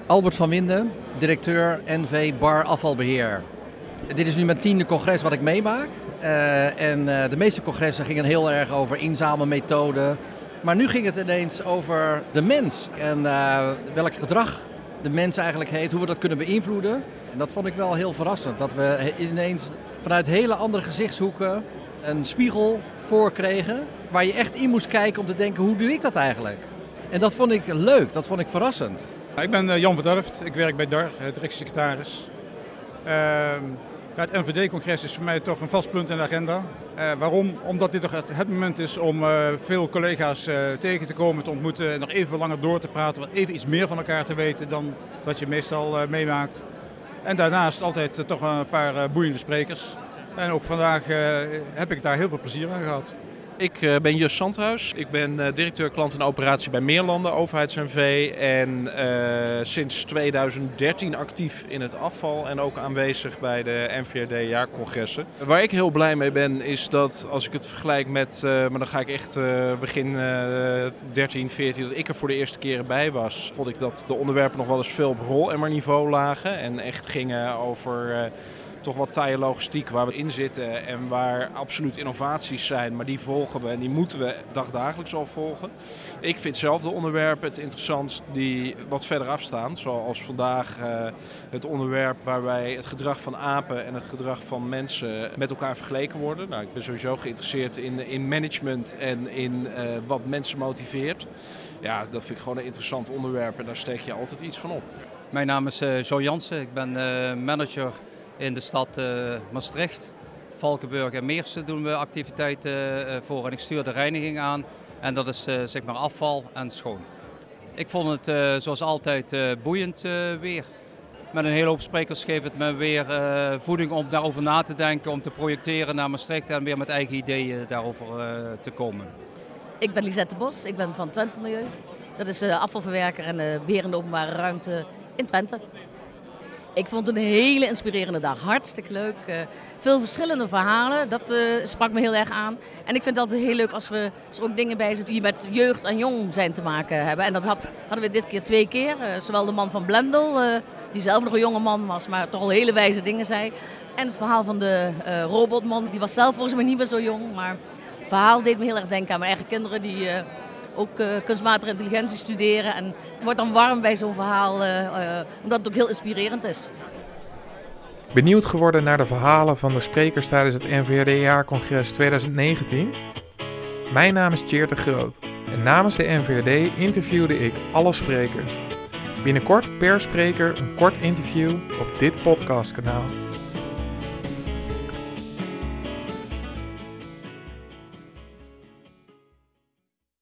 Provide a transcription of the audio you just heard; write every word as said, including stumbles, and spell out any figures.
Albert van Winden, directeur N V Bar Afvalbeheer. Dit is nu mijn tiende congres wat ik meemaak. Uh, en uh, de meeste congressen gingen heel erg over inzamelmethoden. Maar nu ging het ineens over de mens en uh, welk gedrag de mens eigenlijk heeft, hoe we dat kunnen beïnvloeden. En dat vond ik wel heel verrassend, dat we ineens vanuit hele andere gezichtshoeken een spiegel voorkregen waar je echt in moest kijken om te denken, hoe doe ik dat eigenlijk? En dat vond ik leuk, dat vond ik verrassend. Ik ben Jan van Delft, ik werk bij D A R, directiesecretaris. Uh, het N V D-congres is voor mij toch een vast punt in de agenda. Uh, waarom? Omdat dit toch het, het moment is om uh, veel collega's uh, tegen te komen, te ontmoeten en nog even langer door te praten, wat even iets meer van elkaar te weten dan wat je meestal uh, meemaakt. En daarnaast altijd uh, toch een paar uh, boeiende sprekers. En ook vandaag uh, heb ik daar heel veel plezier aan gehad. Ik uh, ben Jus Sandhuis. Ik ben uh, directeur klant en operatie bij Meerlanden, overheids-N V. En uh, sinds tweeduizend dertien actief in het afval en ook aanwezig bij de N V R D-jaarcongressen. Waar ik heel blij mee ben is dat als ik het vergelijk met, uh, maar dan ga ik echt uh, begin uh, dertien, veertien, dat ik er voor de eerste keren bij was. Vond ik dat de onderwerpen nog wel eens veel op rol-emmer-niveau lagen en echt gingen over... Uh, toch wat taaie logistiek waar we in zitten en waar absoluut innovaties zijn, maar die volgen we en die moeten we dagdagelijks al volgen. Ik vind zelf de onderwerpen het interessantst die wat verder afstaan, zoals vandaag uh, het onderwerp waarbij het gedrag van apen en het gedrag van mensen met elkaar vergeleken worden. Nou, ik ben sowieso geïnteresseerd in, in management en in uh, wat mensen motiveert. Ja, dat vind ik gewoon een interessant onderwerp en daar steek je altijd iets van op. Mijn naam is uh, Jo Jansen, ik ben uh, manager in de stad uh, Maastricht. Valkenburg en Meersen doen we activiteiten uh, voor en ik stuur de reiniging aan. En dat is uh, zeg maar afval en schoon. Ik vond het uh, zoals altijd uh, boeiend uh, weer. Met een hele hoop sprekers geeft het me weer uh, voeding om daarover na te denken, om te projecteren naar Maastricht en weer met eigen ideeën daarover uh, te komen. Ik ben Lisette Bos, ik ben van Twente Milieu. Dat is uh, afvalverwerker en uh, beheer in de openbare ruimte in Twente. Ik vond het een hele inspirerende dag. Hartstikke leuk. Uh, veel verschillende verhalen. Dat uh, sprak me heel erg aan. En ik vind het altijd heel leuk als, we, als er ook dingen bij zitten die met jeugd en jong zijn te maken hebben. En dat had, hadden we dit keer twee keer. Uh, zowel de man van Blendel, uh, die zelf nog een jonge man was, maar toch al hele wijze dingen zei. En het verhaal van de uh, robotman. Die was zelf volgens mij niet meer zo jong. Maar het verhaal deed me heel erg denken aan mijn eigen kinderen die... Uh, ook uh, kunstmatige intelligentie studeren. En het wordt dan warm bij zo'n verhaal, uh, uh, omdat het ook heel inspirerend is. Benieuwd geworden naar de verhalen van de sprekers tijdens het N V R D-jaarcongres tweeduizend negentien? Mijn naam is Tjeerd de Groot en namens de N V R D interviewde ik alle sprekers. Binnenkort per spreker een kort interview op dit podcastkanaal.